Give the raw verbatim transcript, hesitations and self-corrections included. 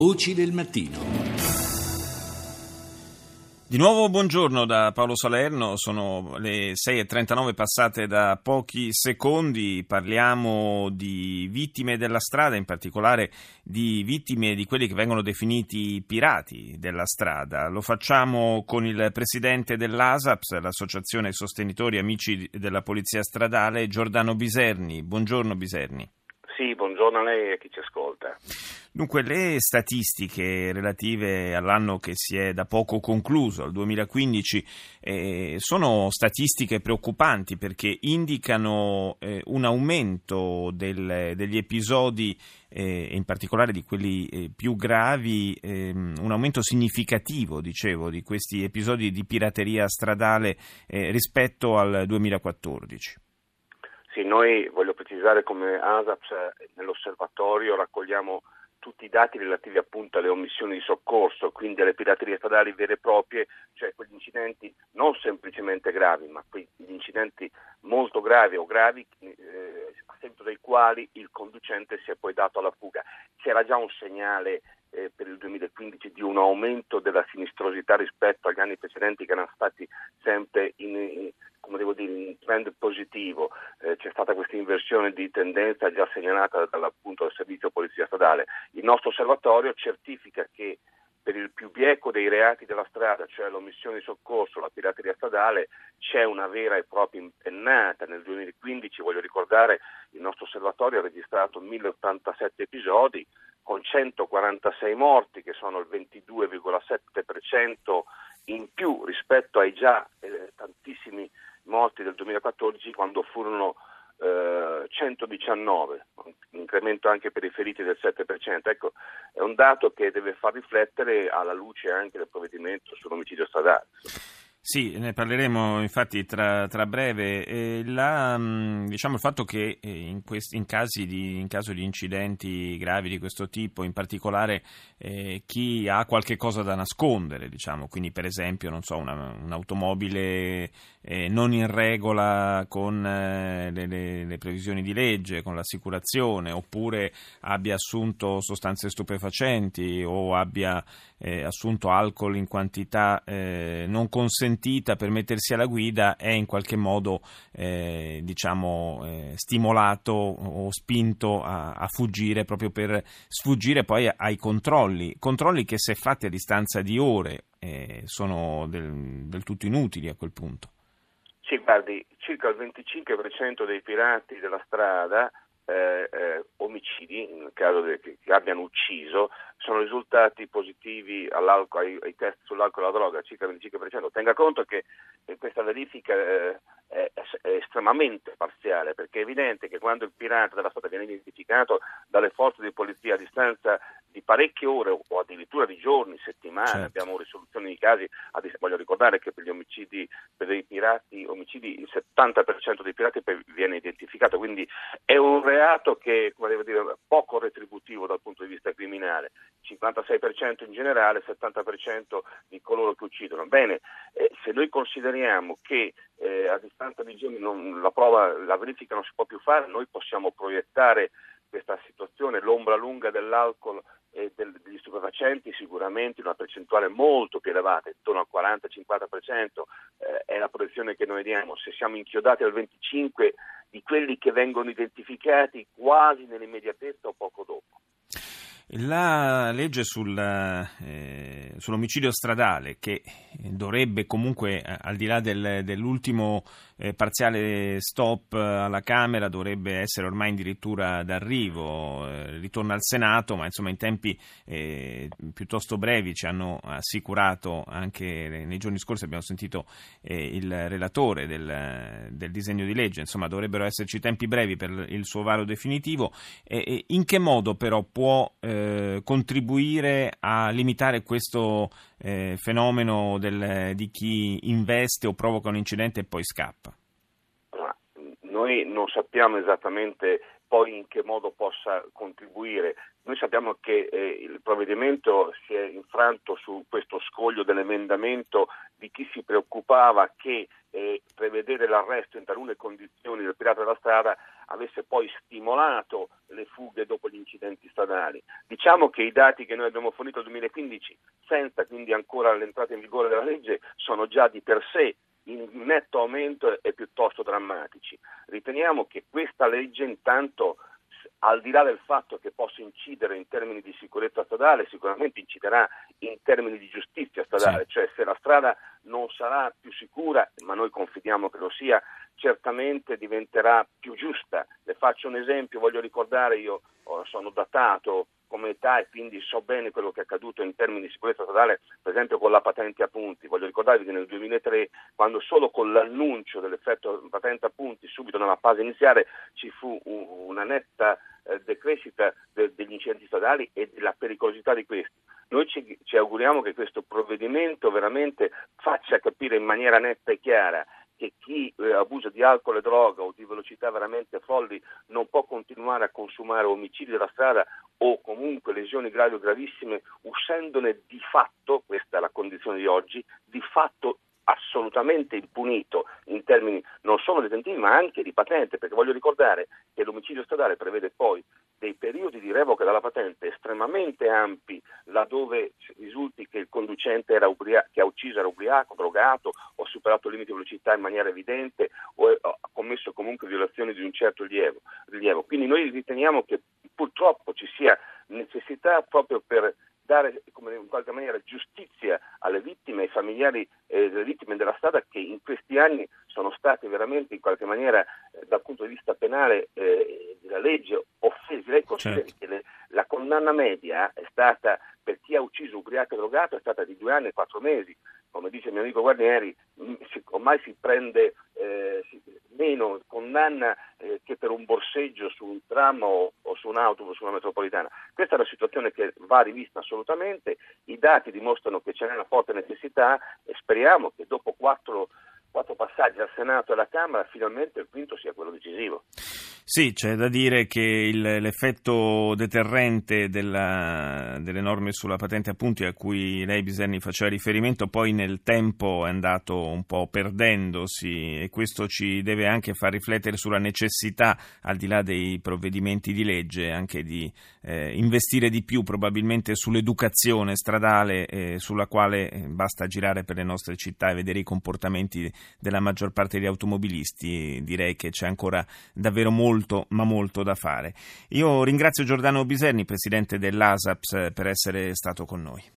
Voci del mattino. Di nuovo buongiorno da Paolo Salerno, sono le sei e trentanove passate da pochi secondi, parliamo di vittime della strada, in particolare di vittime di quelli che vengono definiti pirati della strada. Lo facciamo con il presidente dell'ASAPS, l'Associazione Sostenitori Amici della Polizia Stradale, Giordano Biserni. Buongiorno Biserni. Sì, buongiorno a lei e a chi ci ascolta. Dunque, le statistiche relative all'anno che si è da poco concluso, al duemilaquindici, eh, sono statistiche preoccupanti perché indicano eh, un aumento del, degli episodi, eh, in particolare di quelli eh, più gravi, eh, un aumento significativo, dicevo, di questi episodi di pirateria stradale eh, rispetto al duemilaquattordici. Sì, noi, voglio precisare, come ASAPS nell'osservatorio raccogliamo tutti i dati relativi appunto alle omissioni di soccorso, quindi alle piraterie stradali vere e proprie, cioè quegli incidenti non semplicemente gravi, ma quegli incidenti molto gravi o gravi, eh, a seguito dei quali il conducente si è poi dato alla fuga. C'era già un segnale eh, per il duemilaquindici di un aumento della sinistrosità rispetto agli anni precedenti, che erano stati sempre in, in come devo dire, in trend positivo. Eh, c'è stata questa inversione di tendenza già segnalata dall'appunto dal servizio polizia stradale. Il nostro osservatorio certifica che per il più bieco dei reati della strada, cioè l'omissione di soccorso, la pirateria stradale, c'è una vera e propria impennata. Nel duemilaquindici, voglio ricordare, il nostro osservatorio ha registrato mille ottantasette episodi con centoquarantasei morti, che sono il ventidue virgola sette per cento in più rispetto ai già eh, tantissimi morti del duemilaquattordici, quando furono eh, centodiciannove, un incremento anche per i feriti del sette per cento. Ecco, è un dato che deve far riflettere alla luce anche del provvedimento sull'omicidio stradale. Sì, ne parleremo infatti tra, tra breve. Eh, la, diciamo il fatto che eh, in, questi, in, casi di, in caso di incidenti gravi di questo tipo, in particolare eh, chi ha qualche cosa da nascondere, diciamo, quindi per esempio non so, una, un'automobile eh, non in regola con eh, le, le, le previsioni di legge, con l'assicurazione, oppure abbia assunto sostanze stupefacenti o abbia eh, assunto alcol in quantità eh, non consentita per mettersi alla guida, è in qualche modo eh, diciamo eh, stimolato o spinto a, a fuggire, proprio per sfuggire poi ai controlli controlli che, se fatti a distanza di ore, eh, sono del, del tutto inutili a quel punto. Sì, guardi, circa il venticinque per cento dei pirati della strada eh, eh, omicidi, nel caso de, che, che abbiano ucciso, sono risultati positivi all'alcol, ai, ai test sull'alcol e la droga, circa il venticinque per cento. Tenga conto che eh, questa verifica eh, è, è estremamente parziale, perché è evidente che quando il pirata della strada viene identificato dalle forze di polizia a distanza di parecchie ore o addirittura di giorni, settimane, certo. Abbiamo risoluzioni di casi, voglio ricordare che per gli omicidi, per i pirati omicidi, il settanta per cento dei pirati viene identificato, quindi è un reato che, come devo dire, poco retributivo dal punto di vista criminale. cinquantasei per cento in generale, settanta per cento di coloro che uccidono. Bene, eh, se noi consideriamo che eh, a distanza di giorni non, la prova, la verifica non si può più fare, noi possiamo proiettare questa situazione, l'ombra lunga dell'alcol e del, degli stupefacenti, sicuramente una percentuale molto più elevata, intorno al quaranta cinquanta per cento, eh, è la proiezione che noi diamo. Se siamo inchiodati al venticinque per cento di quelli che vengono identificati quasi nell'immediatezza o poco dopo. La legge sul, eh, sull'omicidio stradale, che dovrebbe comunque, eh, al di là del, dell'ultimo eh, parziale stop alla Camera, dovrebbe essere ormai addirittura d'arrivo, eh, ritorna al Senato, ma insomma in tempi eh, piuttosto brevi ci hanno assicurato, anche nei giorni scorsi abbiamo sentito eh, il relatore del, del disegno di legge, insomma dovrebbero esserci tempi brevi per il suo varo definitivo. E, e in che modo però può eh, contribuire a limitare questo eh, fenomeno del, di chi investe o provoca un incidente e poi scappa? Ma noi non sappiamo esattamente poi in che modo possa contribuire. Noi sappiamo che eh, il provvedimento si è infranto su questo scoglio dell'emendamento di chi si preoccupava che eh, prevedere l'arresto in talune condizioni del pirata della strada avesse poi stimolato le fughe dopo gli incidenti stradali. Diciamo che i dati che noi abbiamo fornito nel duemilaquindici, senza quindi ancora l'entrata in vigore della legge, sono già di per sé in netto aumento e piuttosto drammatici. Riteniamo che questa legge intanto, al di là del fatto che possa incidere in termini di sicurezza stradale, sicuramente inciderà in termini di giustizia stradale, sì. Cioè se la strada non sarà più sicura, ma noi confidiamo che lo sia, certamente diventerà più giusta. Le faccio un esempio, voglio ricordare, io sono datato come età e quindi so bene quello che è accaduto in termini di sicurezza stradale, per esempio con la patente a punti. Voglio ricordarvi che nel duemilatré, quando solo con l'annuncio dell'effetto patente a punti, subito nella fase iniziale, ci fu un, una netta eh, decrescita de, degli incidenti stradali e della pericolosità di questi. Noi ci, ci auguriamo che questo provvedimento veramente faccia capire in maniera netta e chiara che chi eh, abusa di alcol e droga o di velocità veramente folli non può continuare a consumare omicidi della strada o comunque lesioni gravi o gravissime, usandone di fatto, questa è la condizione di oggi, di fatto assolutamente impunito in termini non solo detentivi ma anche di patente, perché voglio ricordare che l'omicidio stradale prevede poi dei periodi di revoca della patente estremamente ampi, laddove risulti che il conducente era ubria- che ha ucciso era ubriaco, drogato o superato il limite di velocità in maniera evidente o ha commesso comunque violazioni di un certo rilievo. rilievo. Quindi noi riteniamo che purtroppo ci sia necessità proprio per dare come in qualche maniera giustizia alle vittime, ai familiari eh, delle vittime della strada che in questi anni sono stati veramente in qualche maniera eh, dal punto di vista penale eh, della legge offesi. Lei consideri certo. che le, la condanna media è stata per chi ha ucciso ubriaco e drogato è stata di due anni e quattro mesi. Come dice il mio amico Guarnieri, si, ormai si prende eh, si, meno condanna eh, che per un borseggio su un tram o, o su un autobus, su una metropolitana. Questa è una situazione che va rivista assolutamente, i dati dimostrano che ce n'è una forte necessità e speriamo che dopo quattro, quattro passaggi al Senato e alla Camera finalmente il quinto sia quello decisivo. Sì, c'è da dire che il, l'effetto deterrente della, delle norme sulla patente a punti a cui lei, Biserni, faceva riferimento poi nel tempo è andato un po' perdendosi e questo ci deve anche far riflettere sulla necessità, al di là dei provvedimenti di legge, anche di eh, investire di più probabilmente sull'educazione stradale eh, sulla quale eh, basta girare per le nostre città e vedere i comportamenti della maggior parte degli automobilisti. Direi che c'è ancora davvero molto molto, ma molto da fare. Io ringrazio Giordano Biserni, presidente dell'A S A P S, per essere stato con noi.